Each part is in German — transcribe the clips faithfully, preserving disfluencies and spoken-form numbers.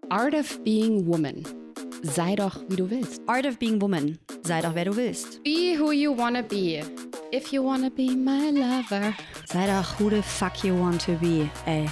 Art of Being Woman. Sei doch, wie du willst. Art of Being Woman. Sei doch, wer du willst. Be who you wanna be. If you wanna be my lover. Sei doch, who the fuck you want to be, ey.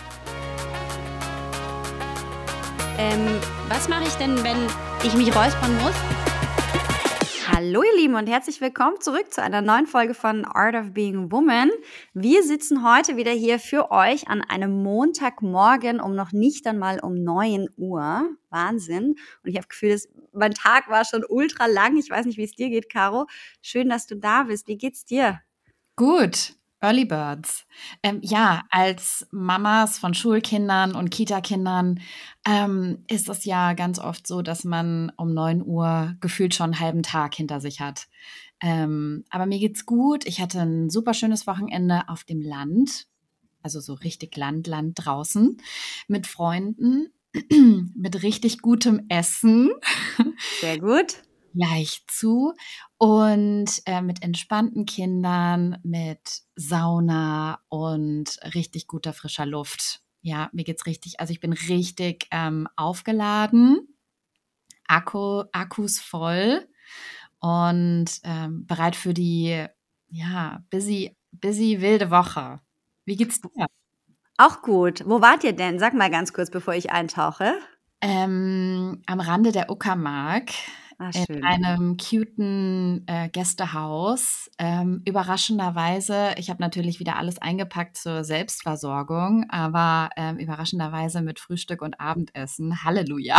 Ähm, was mache ich denn, wenn ich mich räuspern muss? Hallo ihr Lieben und herzlich willkommen zurück zu einer neuen Folge von Art of Being Woman. Wir sitzen heute wieder hier für euch an einem Montagmorgen um noch nicht einmal um neun Uhr. Wahnsinn. Und ich habe das Gefühl, dass mein Tag war schon ultra lang. Ich weiß nicht, wie es dir geht, Caro. Schön, dass du da bist. Wie geht's dir? Gut. Early Birds. Ähm, ja, als Mamas von Schulkindern und Kitakindern ähm, ist es ja ganz oft so, dass man um neun Uhr gefühlt schon einen halben Tag hinter sich hat. Ähm, aber mir geht's gut. Ich hatte ein super schönes Wochenende auf dem Land, also so richtig Land, Land draußen, mit Freunden, mit richtig gutem Essen. Sehr gut. Gleich zu und äh, mit entspannten Kindern, mit Sauna und richtig guter frischer Luft. Ja, mir geht's richtig, also ich bin richtig ähm, aufgeladen, Akku, Akkus voll und ähm, bereit für die, ja, busy, busy wilde Woche. Wie geht's dir? Auch gut. Wo wart ihr denn? Sag mal ganz kurz, bevor ich eintauche. Ähm, am Rande der Uckermark. Ah, In schön. einem cuten äh, Gästehaus. Ähm, überraschenderweise, ich habe natürlich wieder alles eingepackt zur Selbstversorgung, aber ähm, überraschenderweise mit Frühstück und Abendessen. Halleluja.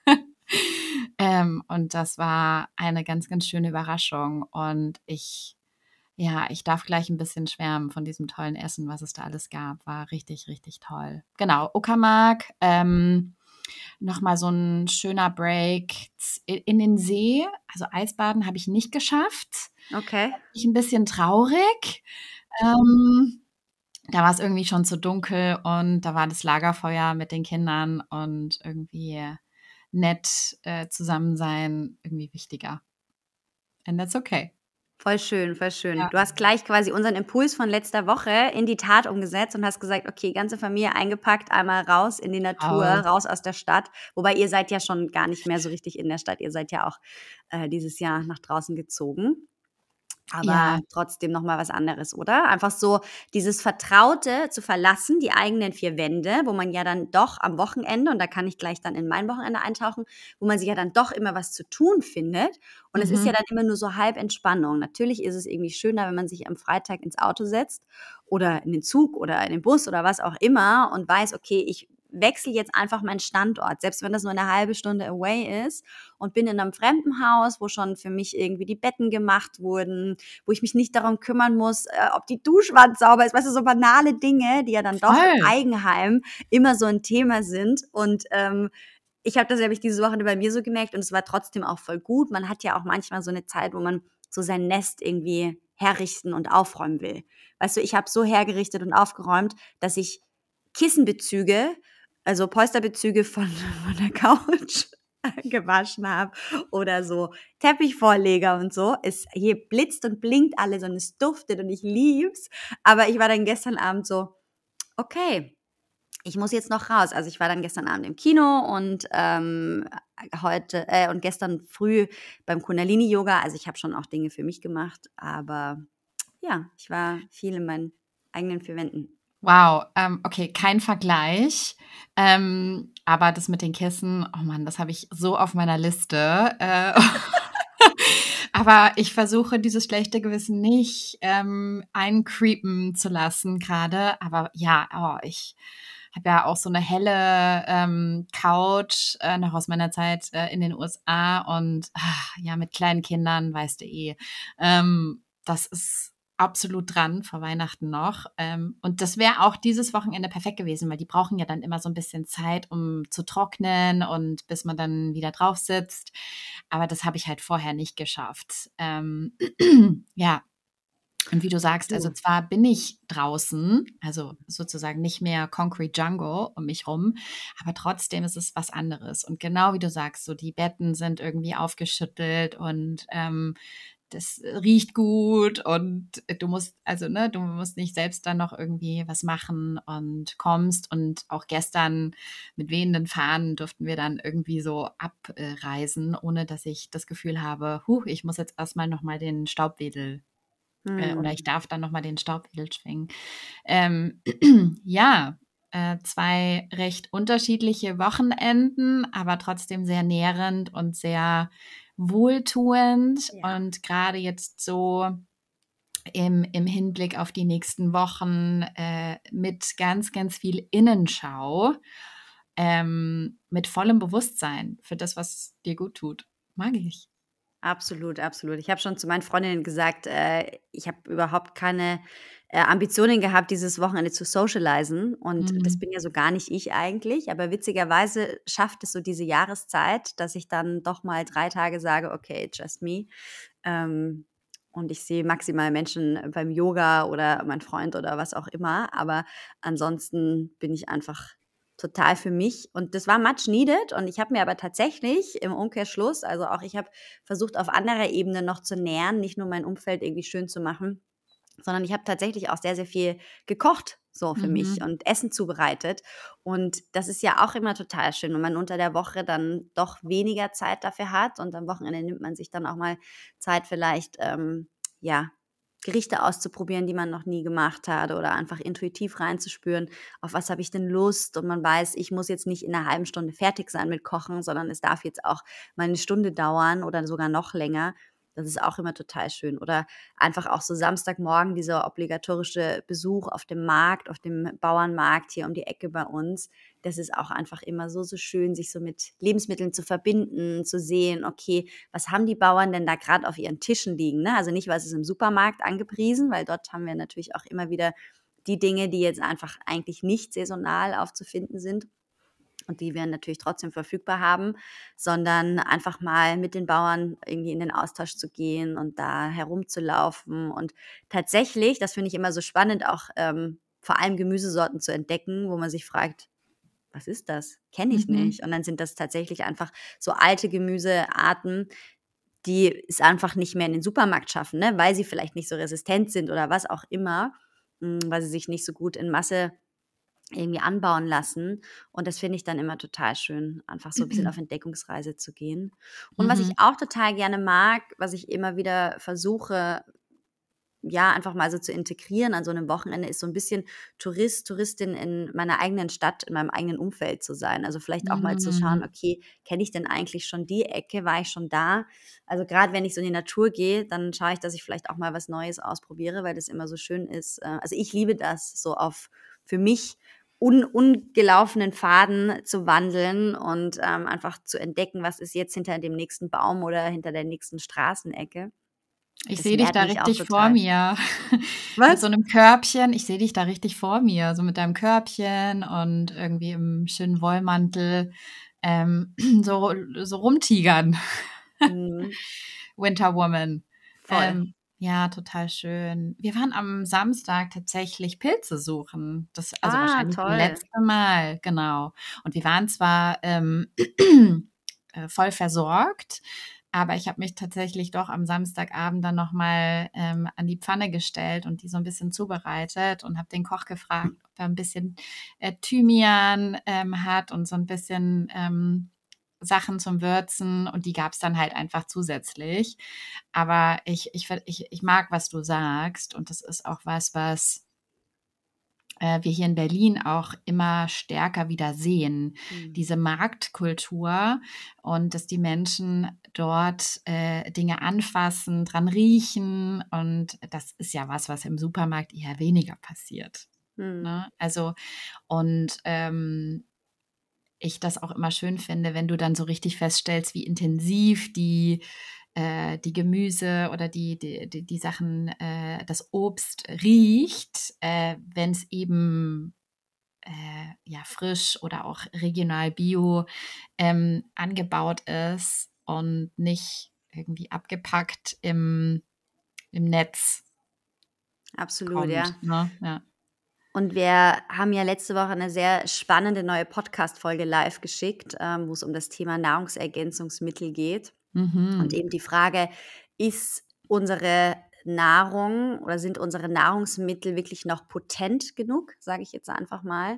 ähm, und das war eine ganz, ganz schöne Überraschung. Und ich, ja, ich darf gleich ein bisschen schwärmen von diesem tollen Essen, was es da alles gab. War richtig, richtig toll. Genau, Uckermark. Ähm, Nochmal so ein schöner Break in den See. Also Eisbaden habe ich nicht geschafft. Okay. Ich ein bisschen traurig. Ähm, da war es irgendwie schon zu dunkel und da war das Lagerfeuer mit den Kindern und irgendwie nett äh, zusammen sein irgendwie wichtiger. And that's okay. Voll schön, voll schön. Ja. Du hast gleich quasi unseren Impuls von letzter Woche in die Tat umgesetzt und hast gesagt, okay, ganze Familie eingepackt, einmal raus in die Natur, Raus. raus aus der Stadt. Wobei ihr seid ja schon gar nicht mehr so richtig in der Stadt. Ihr seid ja auch äh, dieses Jahr nach draußen gezogen. Aber Ja. trotzdem noch mal was anderes, oder? Einfach so dieses Vertraute zu verlassen, die eigenen vier Wände, wo man ja dann doch am Wochenende, und da kann ich gleich dann in mein Wochenende eintauchen, wo man sich ja dann doch immer was zu tun findet. Und es ist ja Mhm. dann immer nur so halb Entspannung. Natürlich ist es irgendwie schöner, wenn man sich am Freitag ins Auto setzt oder in den Zug oder in den Bus oder was auch immer und weiß, okay, ich wechsle jetzt einfach meinen Standort, selbst wenn das nur eine halbe Stunde away ist und bin in einem fremden Haus, wo schon für mich irgendwie die Betten gemacht wurden, wo ich mich nicht darum kümmern muss, äh, ob die Duschwand sauber ist, weißt du, so banale Dinge, die ja dann doch im Voll. Eigenheim immer so ein Thema sind. Und ähm, ich habe das, habe ich diese Woche bei mir so gemerkt und es war trotzdem auch voll gut. Man hat ja auch manchmal so eine Zeit, wo man so sein Nest irgendwie herrichten und aufräumen will. Weißt du, ich habe so hergerichtet und aufgeräumt, dass ich Kissenbezüge, also Polsterbezüge von, von der Couch gewaschen habe oder so Teppichvorleger und so. Es hier blitzt und blinkt alles und es duftet und ich lieb's. Aber ich war dann gestern Abend so, okay, ich muss jetzt noch raus. Also ich war dann gestern Abend im Kino und ähm, heute äh, und gestern früh beim Kundalini-Yoga. Also ich habe schon auch Dinge für mich gemacht, aber ja, ich war viel in meinen eigenen vier Wänden. Wow, ähm, okay, kein Vergleich. Ähm, aber das mit den Kissen, oh Mann, das habe ich so auf meiner Liste. Äh, aber ich versuche, dieses schlechte Gewissen nicht ähm, eincreepen zu lassen gerade. Aber ja, oh, ich habe ja auch so eine helle ähm, Couch äh, noch aus meiner Zeit äh, in den U S A und ah, ja, mit kleinen Kindern, weißt du eh. Ähm, das ist absolut dran vor Weihnachten noch. Ähm, und das wäre auch dieses Wochenende perfekt gewesen, weil die brauchen ja dann immer so ein bisschen Zeit, um zu trocknen und bis man dann wieder drauf sitzt. Aber das habe ich halt vorher nicht geschafft. Ähm, ja. Und wie du sagst, also Du. zwar bin ich draußen, also sozusagen nicht mehr Concrete Jungle um mich rum, aber trotzdem ist es was anderes. Und genau wie du sagst, so die Betten sind irgendwie aufgeschüttelt und ähm, das riecht gut und du musst, also ne, du musst nicht selbst dann noch irgendwie was machen und kommst. Und auch gestern mit wehenden Fahnen durften wir dann irgendwie so abreisen, ohne dass ich das Gefühl habe, huh, ich muss jetzt erstmal nochmal den Staubwedel äh, oder Hm. ich darf dann nochmal den Staubwedel schwingen. Ähm, ja, äh, zwei recht unterschiedliche Wochenenden, aber trotzdem sehr nährend und sehr wohltuend. Ja. Und gerade jetzt so im, im Hinblick auf die nächsten Wochen äh, mit ganz, ganz viel Innenschau, ähm, mit vollem Bewusstsein für das, was dir gut tut. Mag ich. Absolut, absolut. Ich habe schon zu meinen Freundinnen gesagt, äh, ich habe überhaupt keine äh, Ambitionen gehabt, dieses Wochenende zu socialisen. Und das Mhm. bin ja so gar nicht ich eigentlich. Aber witzigerweise schafft es so diese Jahreszeit, dass ich dann doch mal drei Tage sage, okay, just me. Ähm, und ich sehe maximal Menschen beim Yoga oder mein Freund oder was auch immer. Aber ansonsten bin ich einfach total für mich. Und das war much needed. Und ich habe mir aber tatsächlich im Umkehrschluss, also auch ich habe versucht, auf anderer Ebene noch zu nähren, nicht nur mein Umfeld irgendwie schön zu machen, sondern ich habe tatsächlich auch sehr, sehr viel gekocht, so für mich Mhm. und Essen zubereitet. Und das ist ja auch immer total schön, wenn man unter der Woche dann doch weniger Zeit dafür hat und am Wochenende nimmt man sich dann auch mal Zeit vielleicht, ähm, ja, Gerichte auszuprobieren, die man noch nie gemacht hat oder einfach intuitiv reinzuspüren, auf was habe ich denn Lust und man weiß, ich muss jetzt nicht in einer halben Stunde fertig sein mit Kochen, sondern es darf jetzt auch mal eine Stunde dauern oder sogar noch länger. Das ist auch immer total schön. Oder einfach auch so Samstagmorgen dieser obligatorische Besuch auf dem Markt, auf dem Bauernmarkt hier um die Ecke bei uns. Das ist auch einfach immer so, so schön, sich so mit Lebensmitteln zu verbinden, zu sehen, okay, was haben die Bauern denn da gerade auf ihren Tischen liegen? Ne? Also nicht, was ist im Supermarkt angepriesen, weil dort haben wir natürlich auch immer wieder die Dinge, die jetzt einfach eigentlich nicht saisonal aufzufinden sind und die wir natürlich trotzdem verfügbar haben, sondern einfach mal mit den Bauern irgendwie in den Austausch zu gehen und da herumzulaufen. Und tatsächlich, das finde ich immer so spannend, auch ähm, vor allem Gemüsesorten zu entdecken, wo man sich fragt, was ist das? Kenne ich Mhm. nicht. Und dann sind das tatsächlich einfach so alte Gemüsearten, die es einfach nicht mehr in den Supermarkt schaffen, ne? Weil sie vielleicht nicht so resistent sind oder was auch immer, mm, weil sie sich nicht so gut in Masse irgendwie anbauen lassen. Und das finde ich dann immer total schön, einfach so ein bisschen auf Entdeckungsreise zu gehen. Und was Mhm. ich auch total gerne mag, was ich immer wieder versuche, ja, einfach mal so zu integrieren an so einem Wochenende, ist so ein bisschen Tourist, Touristin in meiner eigenen Stadt, in meinem eigenen Umfeld zu sein. Also, vielleicht auch mal zu schauen: Mhm. „Okay, kenne ich denn eigentlich schon die Ecke? War ich schon da?“ Also, gerade wenn ich so in die Natur gehe, dann schaue ich, dass ich vielleicht auch mal was Neues ausprobiere, weil das immer so schön ist. Äh, also, ich liebe das, so auf für mich un ungelaufenen Pfaden zu wandeln und, ähm, einfach zu entdecken, was ist jetzt hinter dem nächsten Baum oder hinter der nächsten Straßenecke. Ich Das sehe dich nährt da mich auch richtig vor total. mir. Mit so Was? 'nem Körbchen. Ich sehe dich da richtig vor mir, so mit deinem Körbchen und irgendwie im schönen Wollmantel, ähm, so so rumtigern. Mhm. Winter Woman. Voll. Ähm, ja, total schön. Wir waren am Samstag tatsächlich Pilze suchen. Das also Ah, wahrscheinlich das toll. letzte Mal, genau. Und wir waren zwar, ähm, äh, voll versorgt, aber ich habe mich tatsächlich doch am Samstagabend dann noch mal, ähm, an die Pfanne gestellt und die so 'n bisschen zubereitet und habe den Koch gefragt, ob er 'n bisschen, äh, Thymian, ähm, hat und so 'n bisschen, ähm, Sachen zum Würzen und die gab's dann halt einfach zusätzlich. Aber ich ich ver ich ich mag, was du sagst und das ist auch was, was äh, wir hier in Berlin auch immer stärker wieder sehen. Mhm. Diese Marktkultur und dass die Menschen dort, äh, Dinge anfassen, dran riechen und das ist ja was, was im Supermarkt eher weniger passiert, Mhm. ne? Also und, ähm, ich das auch immer schön finde, wenn du dann so richtig feststellst, wie intensiv die äh, die Gemüse oder die die die die Sachen, äh das Obst riecht, äh, wenn's eben, äh, ja, frisch oder auch regional bio, ähm, angebaut ist und nicht irgendwie abgepackt im im Netz Absolut, kommt, ja. ne? Ja. Und wir haben ja letzte Woche eine sehr spannende neue Podcast-Folge live geschickt, ähm, wo es um das Thema Nahrungsergänzungsmittel geht. Und Mhm. eben die Frage, ist unsere Nahrung oder sind unsere Nahrungsmittel wirklich noch potent genug, sage ich jetzt einfach mal.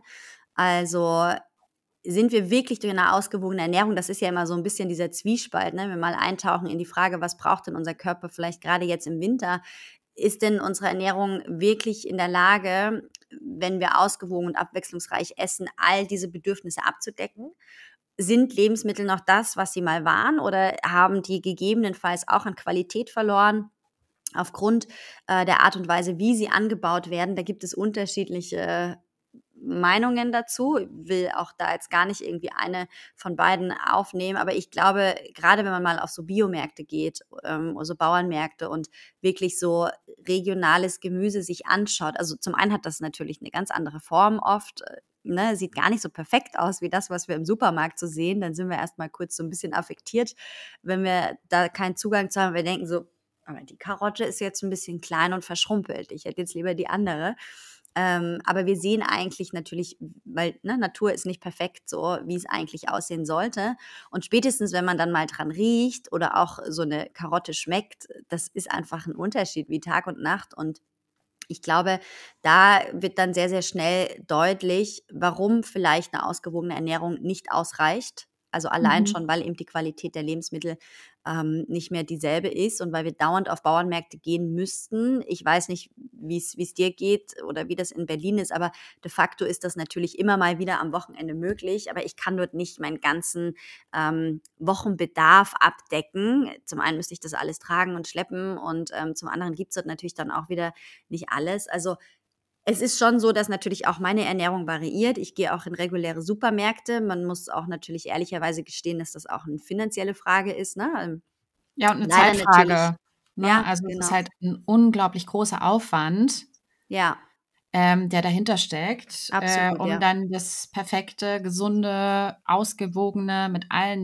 Also sind wir wirklich durch eine ausgewogene Ernährung, das ist ja immer so ein bisschen dieser Zwiespalt, ne? Wenn wir mal eintauchen in die Frage, was braucht denn unser Körper vielleicht gerade jetzt im Winter? Ist denn unsere Ernährung wirklich in der Lage, wenn wir ausgewogen und abwechslungsreich essen, all diese Bedürfnisse abzudecken? Sind Lebensmittel noch das, was sie mal waren, oder haben die gegebenenfalls auch an Qualität verloren aufgrund äh, der Art und Weise, wie sie angebaut werden? Da gibt es unterschiedliche Meinungen dazu. Ich will auch da jetzt gar nicht irgendwie eine von beiden aufnehmen, aber ich glaube, gerade wenn man mal auf so Biomärkte geht, ähm, so Bauernmärkte und wirklich so regionales Gemüse sich anschaut, also zum einen hat das natürlich eine ganz andere Form oft, äh, ne, sieht gar nicht so perfekt aus wie das, was wir im Supermarkt so sehen, dann sind wir erst mal kurz so ein bisschen affektiert, wenn wir da keinen Zugang zu haben. Wir denken so: „Aber die Karotte ist jetzt ein bisschen klein und verschrumpelt. Ich hätte jetzt lieber die andere.“ Ähm, aber wir sehen eigentlich natürlich, weil, ne, Natur ist nicht perfekt so, wie es eigentlich aussehen sollte. Und spätestens, wenn man dann mal dran riecht oder auch so eine Karotte schmeckt, das ist einfach ein Unterschied wie Tag und Nacht. Und ich glaube, da wird dann sehr, sehr schnell deutlich, warum vielleicht eine ausgewogene Ernährung nicht ausreicht. Also allein Mhm. schon, weil eben die Qualität der Lebensmittel ähm, nicht mehr dieselbe ist und weil wir dauernd auf Bauernmärkte gehen müssten. Ich weiß nicht, wie es wie es dir geht oder wie das in Berlin ist, aber de facto ist das natürlich immer mal wieder am Wochenende möglich. Aber ich kann dort nicht meinen ganzen ähm, Wochenbedarf abdecken. Zum einen müsste ich das alles tragen und schleppen und ähm, zum anderen gibt es dort natürlich dann auch wieder nicht alles. Also es ist schon so, dass natürlich auch meine Ernährung variiert. Ich gehe auch in reguläre Supermärkte. Man muss auch natürlich ehrlicherweise gestehen, dass das auch eine finanzielle Frage ist, ne? Ähm, Ja, und 'ne leider natürlich. Zeitfrage, ne? Ja, Also, es ist genau. halt 'n unglaublich großer Aufwand, Ja, ähm, der dahinter steckt, äh, absolut, um ja. dann das perfekte, gesunde, ausgewogene, mit allen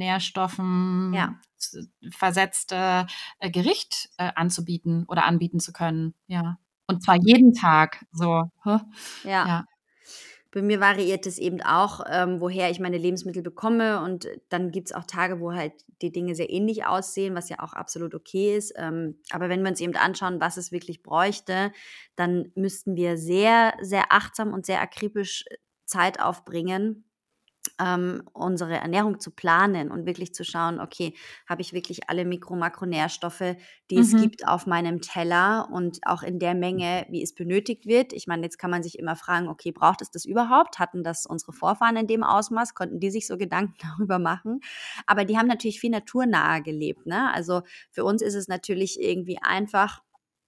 Ja, Nährstoffen z versetzte, äh, Gericht, äh, anzubieten oder anbieten zu können, ja. Und zwar jeden Tag so, hä? ja. Ja. Bei mir variiert es eben auch, ähm, woher ich meine Lebensmittel bekomme und äh, dann gibt's auch Tage, wo halt die Dinge sehr ähnlich aussehen, was ja auch absolut okay ist. Ähm, aber wenn wir uns eben anschauen, was es wirklich bräuchte, dann müssten wir sehr, sehr achtsam und sehr akribisch äh, Zeit aufbringen, ähm, unsere Ernährung zu planen und wirklich zu schauen, okay, habe ich wirklich alle Mikro-, Makronährstoffe, die es Mhm. gibt, auf meinem Teller und auch in der Menge, wie es benötigt wird. Ich meine, jetzt kann man sich immer fragen, okay, braucht es das überhaupt? Hatten das unsere Vorfahren in dem Ausmaß? Konnten die sich so Gedanken darüber machen? Aber die haben natürlich viel naturnahe gelebt, ne? Also für uns ist es natürlich irgendwie einfach,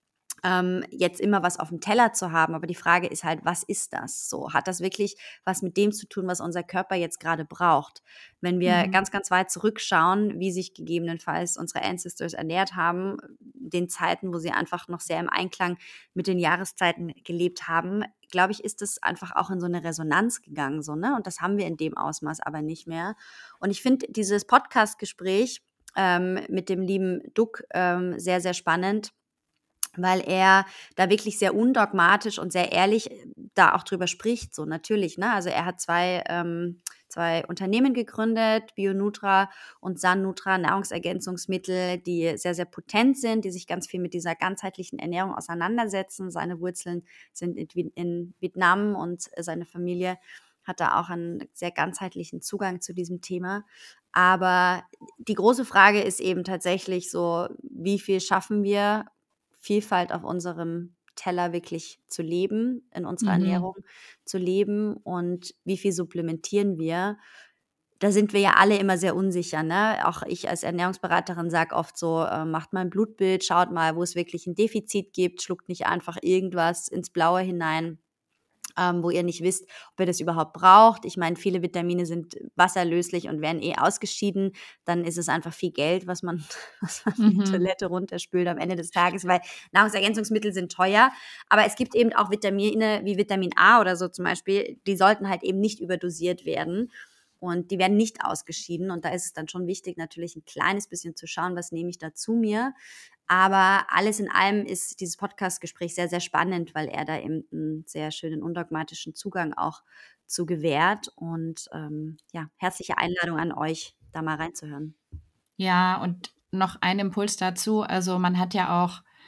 ähm, jetzt immer was auf dem Teller zu haben. Aber die Frage ist halt, was ist das so? Hat das wirklich was mit dem zu tun, was unser Körper jetzt gerade braucht? Wenn wir Mhm. ganz, ganz weit zurückschauen, wie sich gegebenenfalls unsere Ancestors ernährt haben, den Zeiten, wo sie einfach noch sehr im Einklang mit den Jahreszeiten gelebt haben, glaube ich, ist es einfach auch in so eine Resonanz gegangen, so, ne? Und das haben wir in dem Ausmaß aber nicht mehr. Und ich finde dieses Podcast-Gespräch ähm, mit dem lieben Duck ähm, sehr, sehr spannend, weil er da wirklich sehr undogmatisch und sehr ehrlich äh, da auch drüber spricht, so natürlich, ne? Also, er hat zwei ähm, zwei Unternehmen gegründet, Bionutra und Sannutra, Nahrungsergänzungsmittel, die sehr, sehr potent sind, die sich ganz viel mit dieser ganzheitlichen Ernährung auseinandersetzen. Seine Wurzeln sind in Vie in Vietnam und äh, seine Familie hat da auch einen sehr ganzheitlichen Zugang zu diesem Thema. Aber die große Frage ist eben tatsächlich so: Wie viel schaffen wir Vielfalt auf unserem Teller wirklich zu leben, in unserer Mhm. Ernährung zu leben und wie viel supplementieren wir? Da sind wir ja alle immer sehr unsicher, ne? Auch ich als Ernährungsberaterin sage oft so, äh: „Macht mal ein Blutbild, schaut mal, wo es wirklich ein Defizit gibt, schluckt nicht einfach irgendwas ins Blaue hinein, ähm, wo ihr nicht wisst, ob ihr das überhaupt braucht.“ Ich meine, viele Vitamine sind wasserlöslich und werden eh ausgeschieden. Dann ist es einfach viel Geld, was man was man die Mhm. Toilette runterspült am Ende des Tages, weil Nahrungsergänzungsmittel sind teuer. Aber es gibt eben auch Vitamine wie Vitamin A oder so zum Beispiel, die sollten halt eben nicht überdosiert werden und die werden nicht ausgeschieden. Und da ist es dann schon wichtig, natürlich ein kleines bisschen zu schauen, was nehme ich da zu mir. Aber alles in allem ist dieses Podcast-Gespräch sehr, sehr spannend, weil er da eben einen sehr schönen undogmatischen Zugang auch zu gewährt. Und ähm, ja, herzliche Einladung an euch, da mal reinzuhören. Ja, und noch ein Impuls dazu. Also, man hat ja auch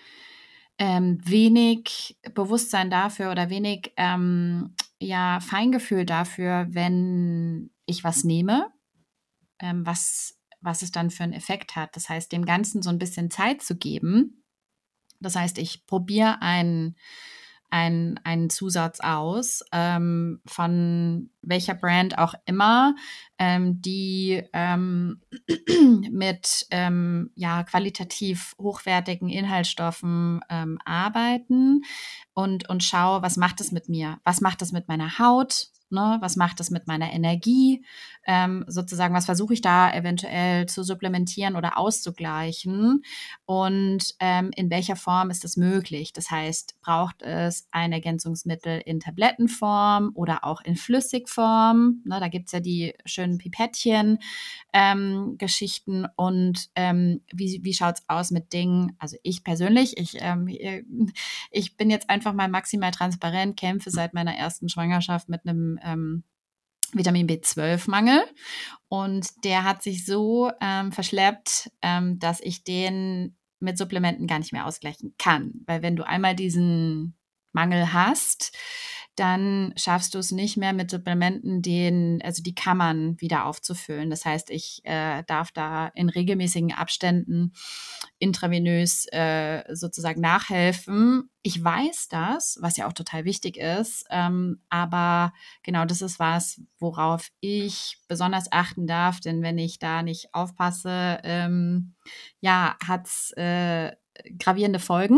ähm, wenig Bewusstsein dafür oder wenig ähm, ja, Feingefühl dafür, wenn ich was nehme, ähm, was, was es dann für einen Effekt hat. Das heißt, dem Ganzen so ein bisschen Zeit zu geben. Das heißt, ich probiere einen, einen, einen Zusatz aus, ähm, von welcher Brand auch immer, ähm, die ähm, mit ähm, ja, qualitativ hochwertigen Inhaltsstoffen ähm, arbeiten und, und schaue, was macht es mit mir? Was macht es mit meiner Haut? Ne? Was macht es mit meiner Energie? Ähm, sozusagen, was versuche ich da eventuell zu supplementieren oder auszugleichen? Und ähm, in welcher Form ist das möglich? Das heißt, braucht es ein Ergänzungsmittel in Tablettenform oder auch in Flüssigform? Ne, da gibt's ja die schönen Pipettchen. Ähm, Geschichten und ähm, wie, wie schaut's aus mit Dingen? Also ich persönlich, ich, ähm, ich bin jetzt einfach mal maximal transparent, kämpfe seit meiner ersten Schwangerschaft mit einem ähm, Vitamin B zwölf Mangel und der hat sich so ähm, verschleppt, ähm, dass ich den mit Supplementen gar nicht mehr ausgleichen kann. Weil wenn du einmal diesen Mangel hast, dann schaffst du es nicht mehr mit Supplementen, den, also die Kammern wieder aufzufüllen. Das heißt, ich äh, darf da in regelmäßigen Abständen intravenös äh, sozusagen nachhelfen. Ich weiß das, was ja auch total wichtig ist, ähm, aber genau das ist was, worauf ich besonders achten darf, denn wenn ich da nicht aufpasse, ähm, ja, hat's äh, gravierende Folgen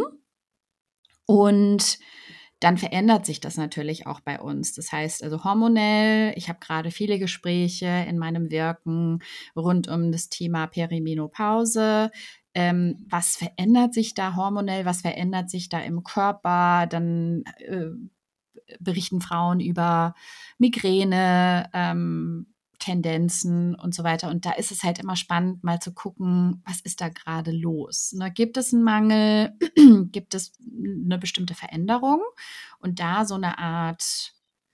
und dann verändert sich das natürlich auch bei uns. Das heißt also hormonell, ich habe gerade viele Gespräche in meinem Wirken rund um das Thema Perimenopause. Ähm, was verändert sich da hormonell? Was verändert sich da im Körper? Dann äh, berichten Frauen über Migräne, ähm, Tendenzen und so weiter. Und da ist es halt immer spannend, mal zu gucken, was ist da gerade los? Ne? Gibt es einen Mangel? Gibt es eine bestimmte Veränderung? Und da so eine Art,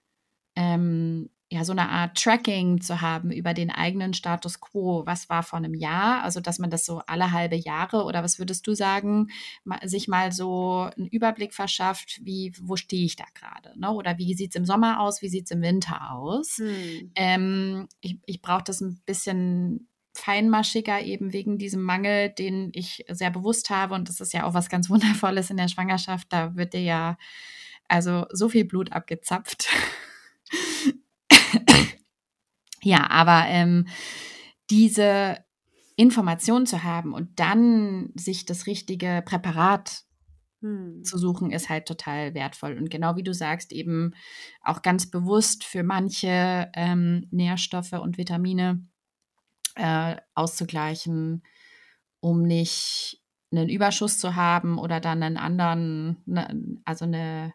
ähm, ja, so eine Art Tracking zu haben über den eigenen Status quo. Was war vor einem Jahr? Also, dass man das so alle halbe Jahre oder was würdest du sagen, ma- sich mal so einen Überblick verschafft, wie, wo stehe ich da gerade? Ne? Oder wie sieht es im Sommer aus? Wie sieht es im Winter aus? Hm. Ähm, ich ich brauche das ein bisschen feinmaschiger eben wegen diesem Mangel, den ich sehr bewusst habe. Und das ist ja auch was ganz Wundervolles in der Schwangerschaft. Da wird dir ja also so viel Blut abgezapft. Ja, aber ähm, diese Information zu haben und dann sich das richtige Präparat Hm. zu suchen, ist halt total wertvoll. Und genau wie du sagst, eben auch ganz bewusst für manche ähm, Nährstoffe und Vitamine äh, auszugleichen, um nicht einen Überschuss zu haben oder dann einen anderen, ne, also eine,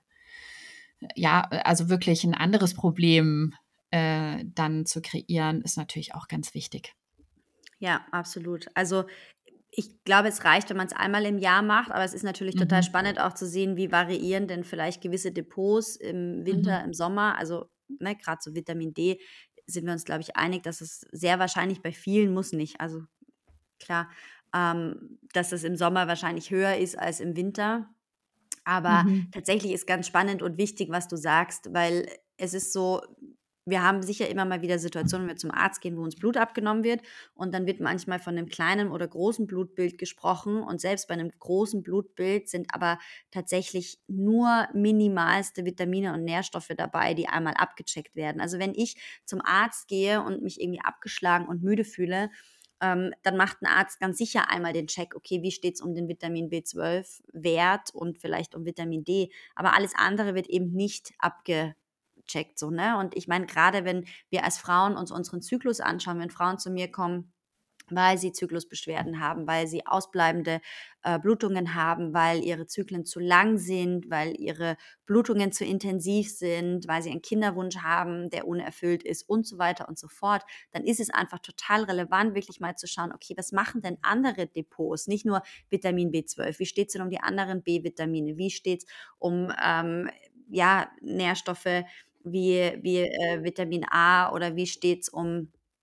ja, also wirklich ein anderes Problem äh, dann zu kreieren, ist natürlich auch ganz wichtig. Ja, absolut. Also, ich glaube, es reicht, wenn man es einmal im Jahr macht, aber es ist natürlich total Mhm. spannend auch zu sehen, wie variieren denn vielleicht gewisse Depots im Winter, Mhm. im Sommer. Also, ne, grad so Vitamin D sind wir uns, glaube ich, einig, dass es sehr wahrscheinlich bei vielen muss nicht. Also, klar, ähm, dass es im Sommer wahrscheinlich höher ist als im Winter. Aber Mhm. tatsächlich ist ganz spannend und wichtig, was du sagst, weil es ist so, wir haben sicher immer mal wieder Situationen, wenn wir zum Arzt gehen, wo uns Blut abgenommen wird und dann wird manchmal von einem kleinen oder großen Blutbild gesprochen und selbst bei einem großen Blutbild sind aber tatsächlich nur minimalste Vitamine und Nährstoffe dabei, die einmal abgecheckt werden. Also wenn ich zum Arzt gehe und mich irgendwie abgeschlagen und müde fühle, ähm, dann macht ein Arzt ganz sicher einmal den Check, okay, wie steht es um den Vitamin B zwölf Wert und vielleicht um Vitamin D, aber alles andere wird eben nicht abgecheckt so, ne? Und ich meine, gerade wenn wir als Frauen uns unseren Zyklus anschauen, wenn Frauen zu mir kommen, weil sie Zyklusbeschwerden haben, weil sie ausbleibende äh, Blutungen haben, weil ihre Zyklen zu lang sind, weil ihre Blutungen zu intensiv sind, weil sie einen Kinderwunsch haben, der unerfüllt ist und so weiter und so fort, dann ist es einfach total relevant, wirklich mal zu schauen, okay, was machen denn andere Depots? Nicht nur Vitamin B zwölf, wie steht es denn um die anderen B-Vitamine? Wie steht es um ähm, ja, Nährstoffe wie, wie äh, Vitamin A oder wie steht es um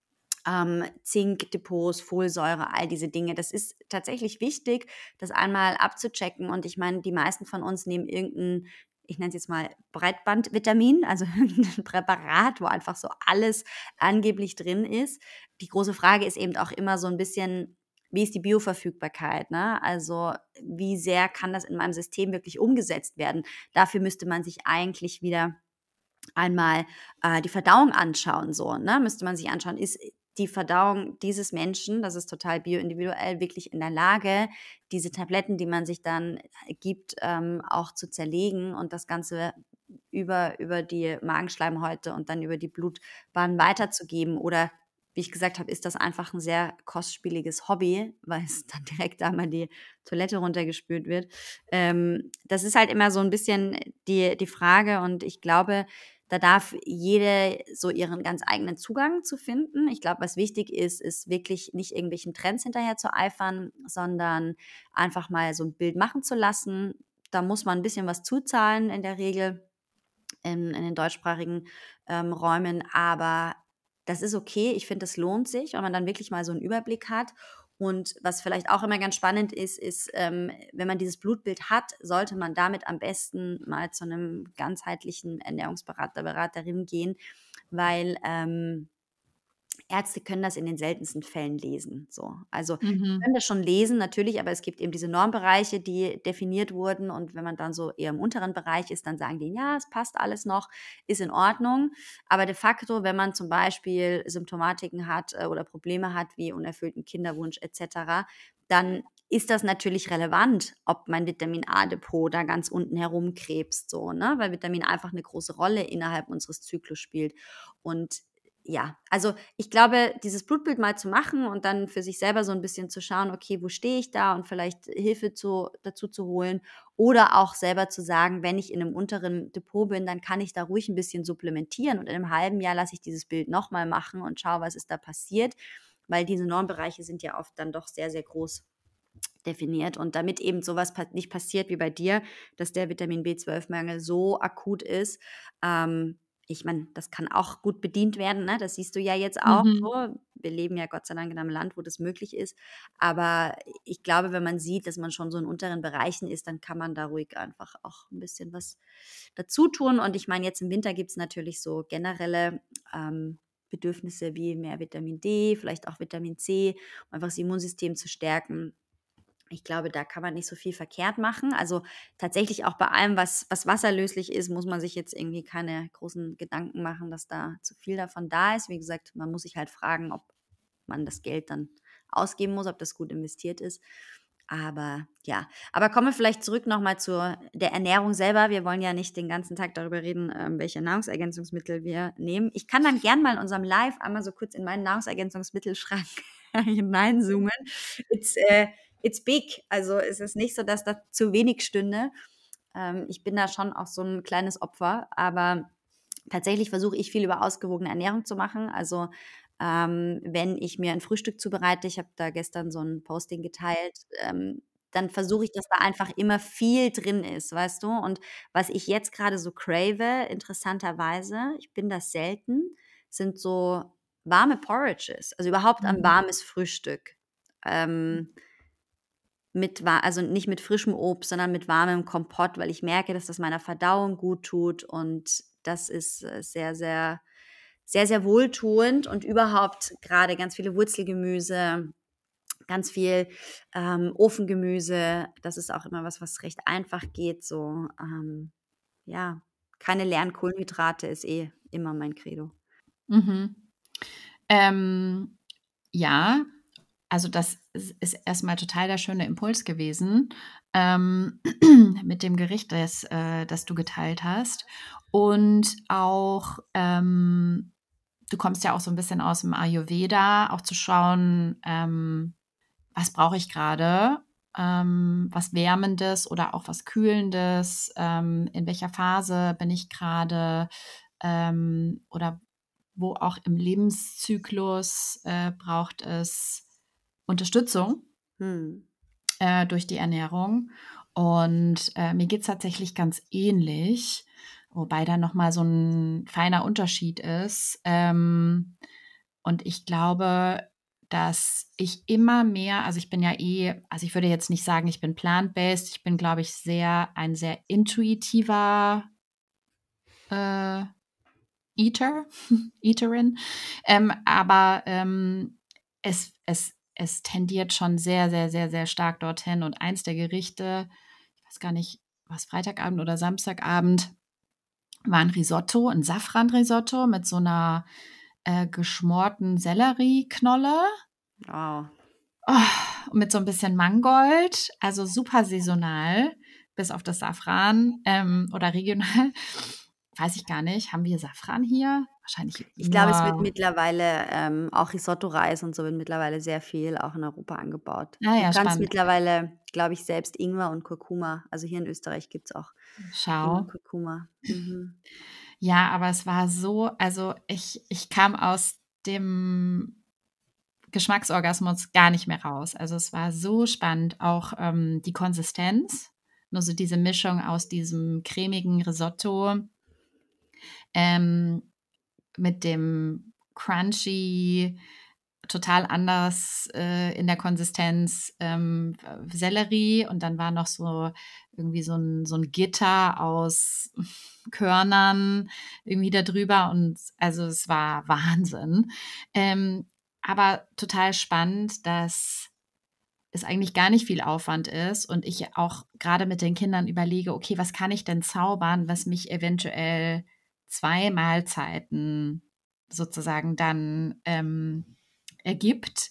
ähm, Zinkdepots, Folsäure, all diese Dinge. Das ist tatsächlich wichtig, das einmal abzuchecken. Und ich meine, die meisten von uns nehmen irgendein, ich nenne es jetzt mal Breitbandvitamin, also ein Präparat, wo einfach so alles angeblich drin ist. Die große Frage ist eben auch immer so ein bisschen, wie ist die Bioverfügbarkeit, ne? Also wie sehr kann das in meinem System wirklich umgesetzt werden? Dafür müsste man sich eigentlich wieder einmal äh, die Verdauung anschauen, so, ne? Müsste man sich anschauen, ist die Verdauung dieses Menschen, das ist total bioindividuell, wirklich in der Lage, diese Tabletten, die man sich dann äh, gibt, ähm, auch zu zerlegen und das Ganze über, über die Magenschleimhäute und dann über die Blutbahn weiterzugeben? Oder wie ich gesagt habe, ist das einfach ein sehr kostspieliges Hobby, weil es dann direkt einmal die Toilette runtergespült wird. Ähm, das ist halt immer so ein bisschen die, die Frage und ich glaube, da darf jede so ihren ganz eigenen Zugang zu finden. Ich glaube, was wichtig ist, ist wirklich nicht irgendwelchen Trends hinterher zu eifern, sondern einfach mal so ein Bild machen zu lassen. Da muss man ein bisschen was zuzahlen in der Regel in, in den deutschsprachigen ähm, Räumen, aber das ist okay. Ich finde, das lohnt sich, weil man dann wirklich mal so einen Überblick hat. Und was vielleicht auch immer ganz spannend ist, ist, ähm, wenn man dieses Blutbild hat, sollte man damit am besten mal zu einem ganzheitlichen Ernährungsberater, Beraterin gehen, weil ähm, Ärzte können das in den seltensten Fällen lesen. So. Also die Mhm. können das schon lesen, natürlich, aber es gibt eben diese Normbereiche, die definiert wurden. Und wenn man dann so eher im unteren Bereich ist, dann sagen die, ja, es passt alles noch, ist in Ordnung. Aber de facto, wenn man zum Beispiel Symptomatiken hat äh, oder Probleme hat, wie unerfüllten Kinderwunsch et cetera, dann ist das natürlich relevant, ob mein Vitamin A-Depot da ganz unten herumkrebst, so, ne? Weil Vitamin A einfach eine große Rolle innerhalb unseres Zyklus spielt. Und ja, also ich glaube, dieses Blutbild mal zu machen und dann für sich selber so ein bisschen zu schauen, okay, wo stehe ich da und vielleicht Hilfe zu, dazu zu holen oder auch selber zu sagen, wenn ich in einem unteren Depot bin, dann kann ich da ruhig ein bisschen supplementieren und in einem halben Jahr lasse ich dieses Bild nochmal machen und schaue, was ist da passiert, weil diese Normbereiche sind ja oft dann doch sehr, sehr groß definiert und damit eben sowas pa nicht passiert wie bei dir, dass der Vitamin B zwölf Mangel so akut ist. Ähm, ich meine, das kann auch gut bedient werden, ne? Das siehst du ja jetzt auch Mhm. so. Wir leben ja Gott sei Dank in einem Land, wo das möglich ist. Aber ich glaube, wenn man sieht, dass man schon so in unteren Bereichen ist, dann kann man da ruhig einfach auch ein bisschen was dazu tun. Und ich meine, jetzt im Winter gibt es natürlich so generelle ähm, Bedürfnisse wie mehr Vitamin D, vielleicht auch Vitamin C, um einfach das Immunsystem zu stärken. Ich glaube, da kann man nicht so viel verkehrt machen. Also tatsächlich auch bei allem, was, was wasserlöslich ist, muss man sich jetzt irgendwie keine großen Gedanken machen, dass da zu viel davon da ist. Wie gesagt, man muss sich halt fragen, ob man das Geld dann ausgeben muss, ob das gut investiert ist. Aber ja, aber kommen wir vielleicht zurück nochmal zu der Ernährung selber. Wir wollen ja nicht den ganzen Tag darüber reden, ähm, welche Nahrungsergänzungsmittel wir nehmen. Ich kann dann gern mal in unserem Live einmal so kurz in meinen Nahrungsergänzungsmittelschrank hineinzoomen. It's, äh, it's big. Also es ist nicht so, dass da zu wenig stünde. Ähm, ich bin da schon auch so ein kleines Opfer, aber tatsächlich versuche ich viel über ausgewogene Ernährung zu machen. Also ähm, wenn ich mir ein Frühstück zubereite, ich habe da gestern so ein Posting geteilt, ähm, dann versuche ich, dass da einfach immer viel drin ist, weißt du? Und was ich jetzt gerade so crave, interessanterweise, ich bin das selten, sind so warme Porridges, also überhaupt ein Mhm. warmes Frühstück. Ähm, mit wa also nicht mit frischem Obst, sondern mit warmem Kompott, weil ich merke, dass das meiner Verdauung gut tut und das ist, äh, sehr, sehr sehr, sehr wohltuend und überhaupt gerade ganz viele Wurzelgemüse, ganz viel, ähm, Ofengemüse. Das ist auch immer was, was recht einfach geht so. Ähm, ja, keine leeren Kohlenhydrate ist eh immer mein Credo. Mhm. Ähm, ja, also das ist ist erst total der schöne Impuls gewesen, ähm, mit dem Gericht, das äh, das du geteilt hast. Und auch, ähm, du kommst ja auch so ein bisschen aus dem Ayurveda, auch zu schauen, ähm, was brauche ich gerade, ähm, was Wärmendes oder auch was Kühlendes, ähm, in welcher Phase bin ich gerade, ähm, oder wo auch im Lebenszyklus, äh, braucht es Unterstützung, Mhm. äh, durch die Ernährung. Und, äh, mir geht's tatsächlich ganz ähnlich, wobei da noch mal so ein feiner Unterschied ist. Ähm Und ich glaube, dass ich immer mehr, also ich bin ja eh, also ich würde jetzt nicht sagen, ich bin plant-based, ich bin, glaube ich, sehr, ein sehr intuitiver äh, Eater, Eaterin. Ähm, aber ähm, es, es, es tendiert schon sehr, sehr, sehr, sehr stark dorthin. Und eins der Gerichte, ich weiß gar nicht, was Freitagabend oder Samstagabend, war ein Risotto, ein Safran-Risotto mit so einer äh, geschmorten Sellerieknolle. Wow. Oh, mit so ein bisschen Mangold, also super saisonal, bis auf das Safran ähm, oder regional. Weiß ich gar nicht. Haben wir Safran hier? Wahrscheinlich Ich glaube, es wird nur. mittlerweile, ähm, auch Risotto-Reis und so wird mittlerweile sehr viel auch in Europa angebaut. Du Naja, kannst spannend. mittlerweile, glaube ich, selbst Ingwer und Kurkuma, also hier in Österreich gibt es auch Ingwer und Schau. Kurkuma. Mhm. Ja, aber es war so, also ich, ich kam aus dem Geschmacksorgasmus gar nicht mehr raus. Also es war so spannend, auch ähm, die Konsistenz, nur so diese Mischung aus diesem cremigen Risotto ähm, mit dem crunchy, total anders äh, in der Konsistenz ähm, Sellerie und dann war noch so irgendwie so ein, so ein Gitter aus Körnern irgendwie da drüber und also es war Wahnsinn. Ähm, aber total spannend, dass es eigentlich gar nicht viel Aufwand ist und ich auch gerade mit den Kindern überlege, okay, was kann ich denn zaubern, was mich eventuell zwei Mahlzeiten sozusagen dann ähm, ergibt.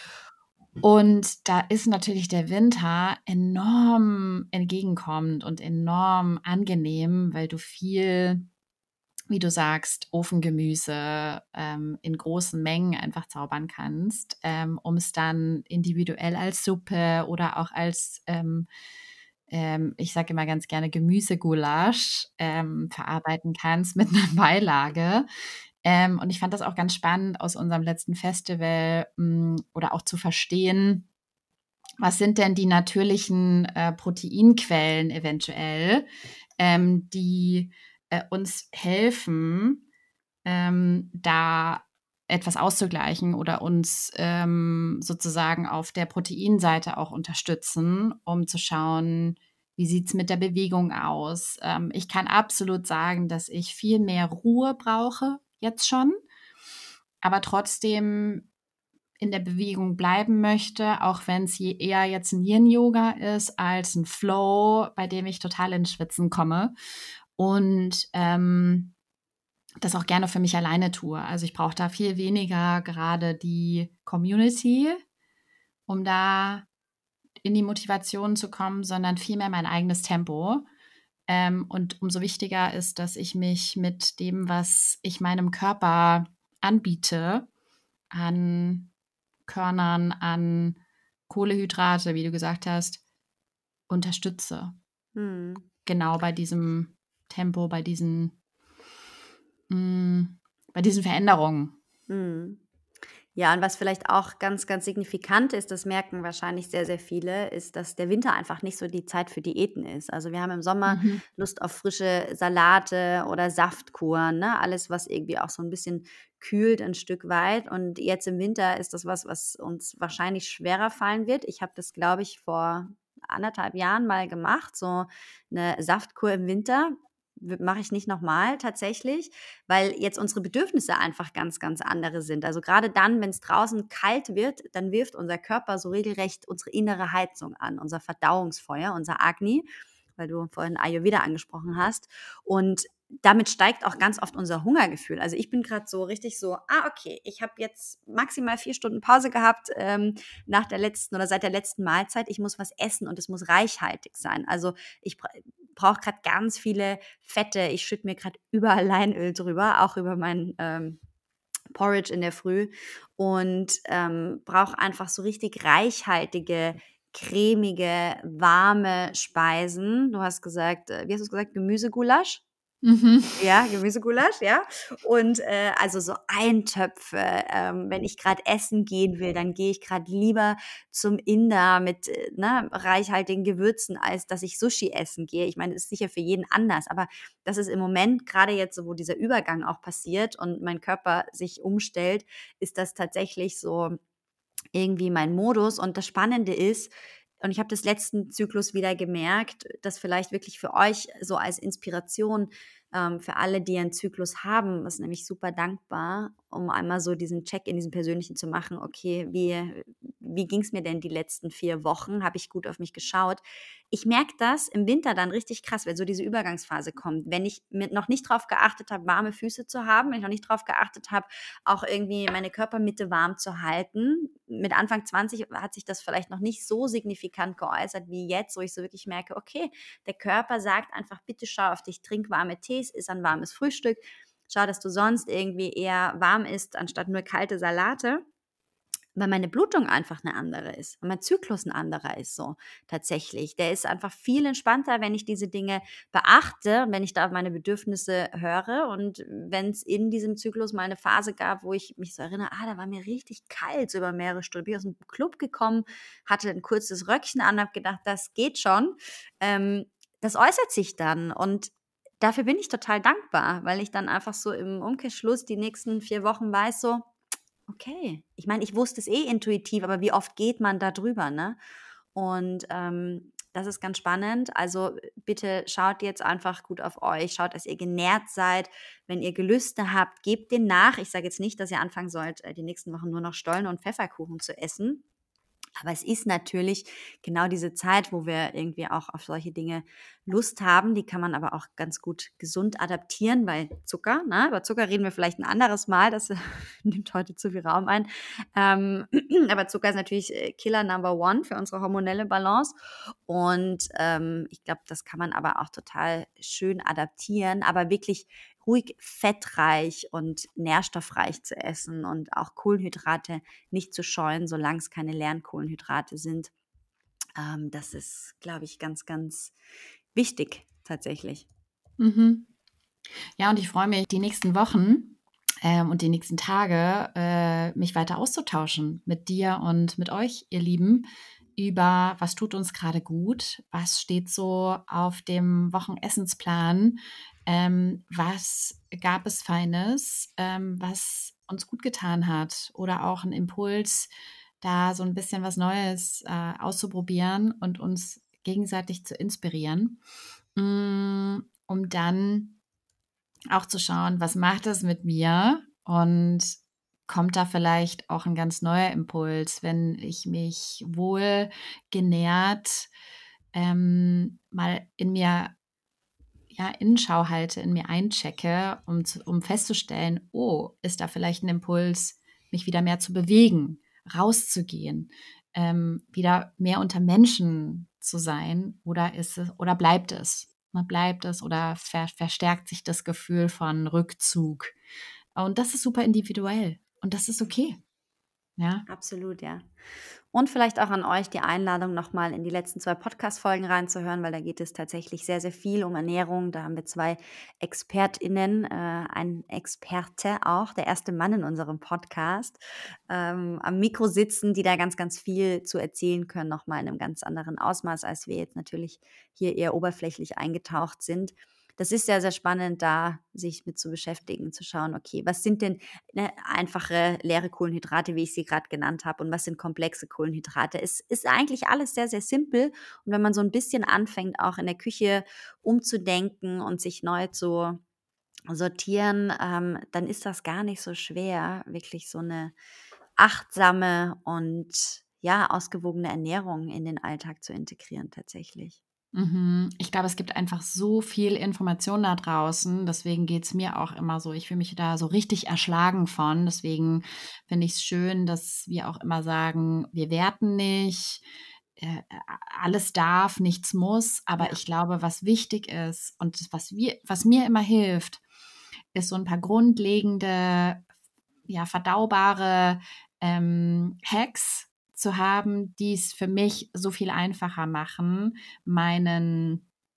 Und da ist natürlich der Winter enorm entgegenkommend und enorm angenehm, weil du viel, wie du sagst, Ofengemüse ähm, in großen Mengen einfach zaubern kannst, ähm, um es dann individuell als Suppe oder auch als, ähm, ähm, ich sage immer ganz gerne Gemüsegulasch ähm, verarbeiten kannst mit einer Beilage. Ähm, und ich fand das auch ganz spannend aus unserem letzten Festival mh, oder auch zu verstehen, was sind denn die natürlichen äh, Proteinquellen eventuell, ähm, die äh, uns helfen, ähm, da etwas auszugleichen oder uns ähm, sozusagen auf der Proteinseite auch unterstützen, um zu schauen, wie sieht es mit der Bewegung aus. Ähm, ich kann absolut sagen, dass ich viel mehr Ruhe brauche jetzt schon, aber trotzdem in der Bewegung bleiben möchte, auch wenn es je eher jetzt ein Yin-Yoga ist als ein Flow, bei dem ich total ins Schwitzen komme. Und ähm, das auch gerne für mich alleine tue. Also ich brauche da viel weniger gerade die Community, um da in die Motivation zu kommen, sondern vielmehr mein eigenes Tempo. Ähm, und umso wichtiger ist, dass ich mich mit dem, was ich meinem Körper anbiete, an Körnern, an Kohlehydrate, wie du gesagt hast, unterstütze. Mhm. Genau bei diesem Tempo, bei diesen, mh, bei diesen Veränderungen. Mhm. Ja, und was vielleicht auch ganz, ganz signifikant ist, das merken wahrscheinlich sehr, sehr viele, ist, dass der Winter einfach nicht so die Zeit für Diäten ist. Also wir haben im Sommer Mhm. Lust auf frische Salate oder Saftkuren, ne? Alles, was irgendwie auch so ein bisschen kühlt ein Stück weit. Und jetzt im Winter ist das was, was uns wahrscheinlich schwerer fallen wird. Ich habe das, glaube ich, vor anderthalb Jahren mal gemacht, so eine Saftkur im Winter. Mache ich nicht nochmal tatsächlich, weil jetzt unsere Bedürfnisse einfach ganz, ganz andere sind. Also gerade dann, wenn es draußen kalt wird, dann wirft unser Körper so regelrecht unsere innere Heizung an, unser Verdauungsfeuer, unser Agni, weil du vorhin Ayurveda angesprochen hast. Und damit steigt auch ganz oft unser Hungergefühl. Also ich bin gerade so richtig so, ah, okay, ich habe jetzt maximal vier Stunden Pause gehabt ähm, nach der letzten oder seit der letzten Mahlzeit. Ich muss was essen und es muss reichhaltig sein. Also ich bra brauche gerade ganz viele Fette. Ich schütte mir gerade überall Leinöl drüber, auch über mein ähm, Porridge in der Früh und ähm, brauche einfach so richtig reichhaltige, cremige, warme Speisen. Du hast gesagt, äh, wie hast du es gesagt, Gemüsegulasch? Mhm. Ja, Gemüsegulasch, ja. Und, äh, also so Eintöpfe, ähm, wenn ich gerade essen gehen will, dann gehe ich gerade lieber zum Inder mit, äh, ne, reichhaltigen Gewürzen, als dass ich Sushi essen gehe. Ich meine, das ist sicher für jeden anders, aber das ist im Moment gerade jetzt so, wo dieser Übergang auch passiert und mein Körper sich umstellt, ist das tatsächlich so irgendwie mein Modus. Und das Spannende ist, und ich habe das letzten Zyklus wieder gemerkt, dass vielleicht wirklich für euch so als Inspiration, ähm, für alle, die einen Zyklus haben, ist nämlich super dankbar, um einmal so diesen Check in diesen persönlichen zu machen. Okay, wie, wie ging es mir denn die letzten vier Wochen? Habe ich gut auf mich geschaut? Ich merke das im Winter dann richtig krass, wenn so diese Übergangsphase kommt. Wenn ich mit noch nicht drauf geachtet habe, warme Füße zu haben, wenn ich noch nicht drauf geachtet habe, auch irgendwie meine Körpermitte warm zu halten. Mit Anfang zwanzig hat sich das vielleicht noch nicht so signifikant geäußert wie jetzt, wo ich so wirklich merke, okay, der Körper sagt einfach, bitte schau auf dich, trink warme Tees, iss ein warmes Frühstück, schau, dass du sonst irgendwie eher warm isst, anstatt nur kalte Salate. Weil meine Blutung einfach eine andere ist und mein Zyklus ein anderer ist so tatsächlich. Der ist einfach viel entspannter, wenn ich diese Dinge beachte und wenn ich da auf meine Bedürfnisse höre. Und wenn es in diesem Zyklus mal eine Phase gab, wo ich mich so erinnere, ah, da war mir richtig kalt so über mehrere Stunden. Bin ich aus dem Club gekommen, hatte ein kurzes Röckchen an, habe gedacht, das geht schon. Ähm, das äußert sich dann und dafür bin ich total dankbar, weil ich dann einfach so im Umkehrschluss die nächsten vier Wochen weiß so: Okay. Ich meine, ich wusste es eh intuitiv, aber wie oft geht man da drüber, ne? Und, ähm, das ist ganz spannend. Also, bitte schaut jetzt einfach gut auf euch. Schaut, dass ihr genährt seid. Wenn ihr Gelüste habt, gebt denen nach. Ich sage jetzt nicht, dass ihr anfangen sollt, äh, die nächsten Wochen nur noch Stollen und Pfefferkuchen zu essen. Aber es ist natürlich genau diese Zeit, wo wir irgendwie auch auf solche Dinge Lust haben. Die kann man aber auch ganz gut gesund adaptieren, weil Zucker, ne? Über Zucker reden wir vielleicht ein anderes Mal, das nimmt heute zu viel Raum ein. Ähm, aber Zucker ist natürlich äh, Killer Number One für unsere hormonelle Balance. Und ähm, ich glaube, das kann man aber auch total schön adaptieren, aber wirklich ruhig fettreich und nährstoffreich zu essen und auch Kohlenhydrate nicht zu scheuen, solange es keine leeren Kohlenhydrate sind. Ähm, das ist, glaube ich, ganz, ganz wichtig tatsächlich. Mhm. Ja, und ich freue mich, die nächsten Wochen ähm, und die nächsten Tage äh, mich weiter auszutauschen mit dir und mit euch, ihr Lieben, über was tut uns gerade gut, was steht so auf dem Wochennessensplan, ähm, was gab es Feines, ähm, was uns gut getan hat oder auch ein Impuls, da so ein bisschen was Neues äh, auszuprobieren und uns gegenseitig zu inspirieren, mm, um dann auch zu schauen, was macht das mit mir und kommt da vielleicht auch ein ganz neuer Impuls, wenn ich mich wohl genährt ähm, mal in mir ja, Innenschau halte, in mir einchecke, um, zu, um festzustellen, oh, ist da vielleicht ein Impuls, mich wieder mehr zu bewegen, rauszugehen, ähm, wieder mehr unter Menschen zu sein, oder ist es, oder bleibt es? Ne, bleibt es oder ver, verstärkt sich das Gefühl von Rückzug? Und das ist super individuell und das ist okay. Ja. Absolut, ja. Und vielleicht auch an euch die Einladung, nochmal in die letzten zwei Podcast-Folgen reinzuhören, weil da geht es tatsächlich sehr, sehr viel um Ernährung. Da haben wir zwei ExpertInnen, äh, ein Experte auch, der erste Mann in unserem Podcast, ähm, am Mikro sitzen, die da ganz, ganz viel zu erzählen können, nochmal in einem ganz anderen Ausmaß, als wir jetzt natürlich hier eher oberflächlich eingetaucht sind. Das ist sehr, sehr spannend, da sich mit zu beschäftigen, zu schauen, okay, was sind denn ne, einfache leere Kohlenhydrate, wie ich sie gerade genannt habe, und was sind komplexe Kohlenhydrate. Es ist eigentlich alles sehr, sehr simpel. Und wenn man so ein bisschen anfängt, auch in der Küche umzudenken und sich neu zu sortieren, ähm, dann ist das gar nicht so schwer, wirklich so eine achtsame und ja, ausgewogene Ernährung in den Alltag zu integrieren tatsächlich. Mhm. Ich glaube, es gibt einfach so viel Information da draußen. Deswegen geht es mir auch immer so. Ich fühle mich da so richtig erschlagen von. Deswegen finde ich es schön, dass wir auch immer sagen, wir werten nicht, äh, alles darf, nichts muss. Aber Ja, ich glaube, was wichtig ist und das, was wir, was mir immer hilft, ist so ein paar grundlegende, ja, verdaubare ähm, Hacks zu haben, die es für mich so viel einfacher machen, meinen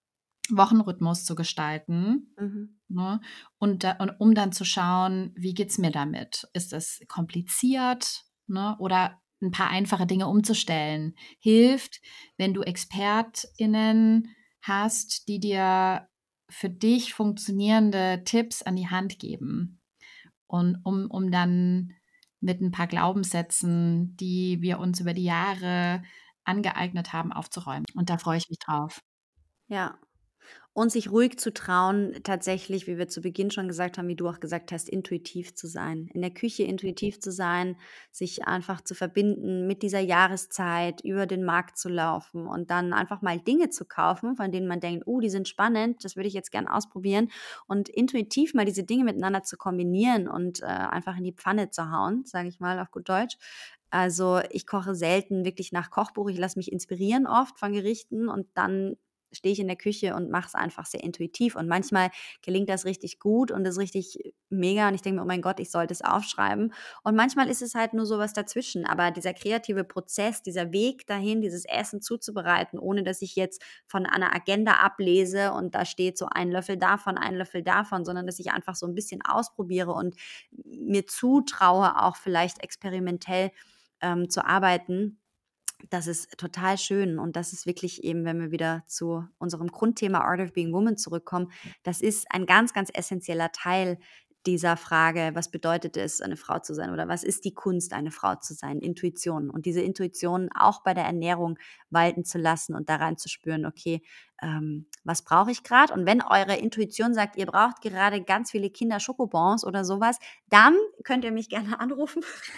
Wochenrhythmus zu gestalten. Mhm. Ne? Und, da, und um dann zu schauen, wie geht es mir damit? Ist es kompliziert, ne? Oder ein paar einfache Dinge umzustellen? Hilft, wenn du ExpertInnen hast, die dir für dich funktionierende Tipps an die Hand geben. Und um, um dann mit ein paar Glaubenssätzen, die wir uns über die Jahre angeeignet haben, aufzuräumen. Und da freue ich mich drauf. Ja. Und sich ruhig zu trauen, tatsächlich, wie wir zu Beginn schon gesagt haben, wie du auch gesagt hast, intuitiv zu sein. In der Küche intuitiv zu sein, sich einfach zu verbinden mit dieser Jahreszeit, über den Markt zu laufen und dann einfach mal Dinge zu kaufen, von denen man denkt, oh, die sind spannend, das würde ich jetzt gern ausprobieren. Und intuitiv mal diese Dinge miteinander zu kombinieren und äh, einfach in die Pfanne zu hauen, sage ich mal auf gut Deutsch. Also ich koche selten wirklich nach Kochbuch. Ich lasse mich inspirieren oft von Gerichten und dann stehe ich in der Küche und mache es einfach sehr intuitiv. Und manchmal gelingt das richtig gut und ist richtig mega. Und ich denke mir, oh mein Gott, ich sollte es aufschreiben. Und manchmal ist es halt nur sowas dazwischen. Aber dieser kreative Prozess, dieser Weg dahin, dieses Essen zuzubereiten, ohne dass ich jetzt von einer Agenda ablese und da steht so ein Löffel davon, ein Löffel davon, sondern dass ich einfach so ein bisschen ausprobiere und mir zutraue, auch vielleicht experimentell ähm, zu arbeiten. Das ist total schön und das ist wirklich eben, wenn wir wieder zu unserem Grundthema Art of Being Woman zurückkommen, das ist ein ganz, ganz essentieller Teil dieser Frage, was bedeutet es, eine Frau zu sein oder was ist die Kunst, eine Frau zu sein, Intuition und diese Intuition auch bei der Ernährung walten zu lassen und da rein zu spüren, okay, ähm, was brauche ich gerade? Und wenn eure Intuition sagt, ihr braucht gerade ganz viele Kinder-Schokobons oder sowas, dann könnt ihr mich gerne anrufen.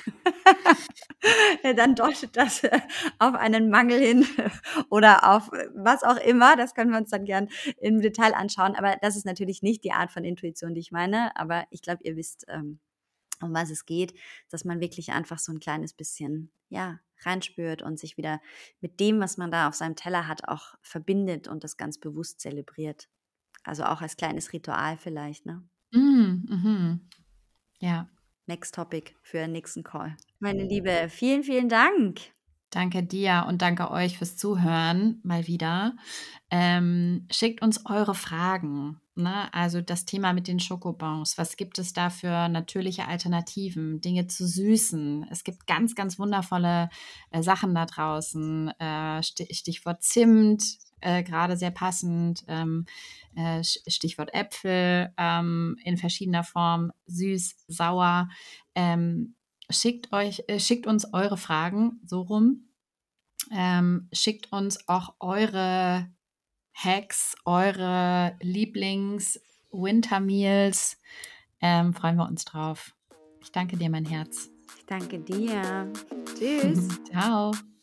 Dann deutet das auf einen Mangel hin oder auf was auch immer. Das können wir uns dann gern im Detail anschauen. Aber das ist natürlich nicht die Art von Intuition, die ich meine. Aber ich glaube, ihr wisst, ähm, um was es geht, dass man wirklich einfach so ein kleines bisschen, ja, reinspürt und sich wieder mit dem, was man da auf seinem Teller hat, auch verbindet und das ganz bewusst zelebriert. Also auch als kleines Ritual vielleicht, ne? Mm, mhm. Ja, Next Topic für den nächsten Call. Meine Liebe, vielen, vielen Dank. danke dir und danke euch fürs Zuhören mal wieder. Ähm, schickt uns eure Fragen. Ne? Also das Thema mit den Schokobons. Was gibt es da für natürliche Alternativen, Dinge zu süßen? Es gibt ganz, ganz wundervolle äh, Sachen da draußen. Äh, Sti- Stichwort Zimt, äh, gerade sehr passend. Ähm, äh, Sch- Stichwort Äpfel ähm, in verschiedener Form, süß, sauer. Ähm, schickt euch, äh, schickt uns eure Fragen so rum. Ähm, schickt uns auch eure Hacks, eure Lieblings-Winter-Meals. Ähm, freuen wir uns drauf. Ich danke dir, mein Herz. Ich danke dir. Tschüss. Ciao.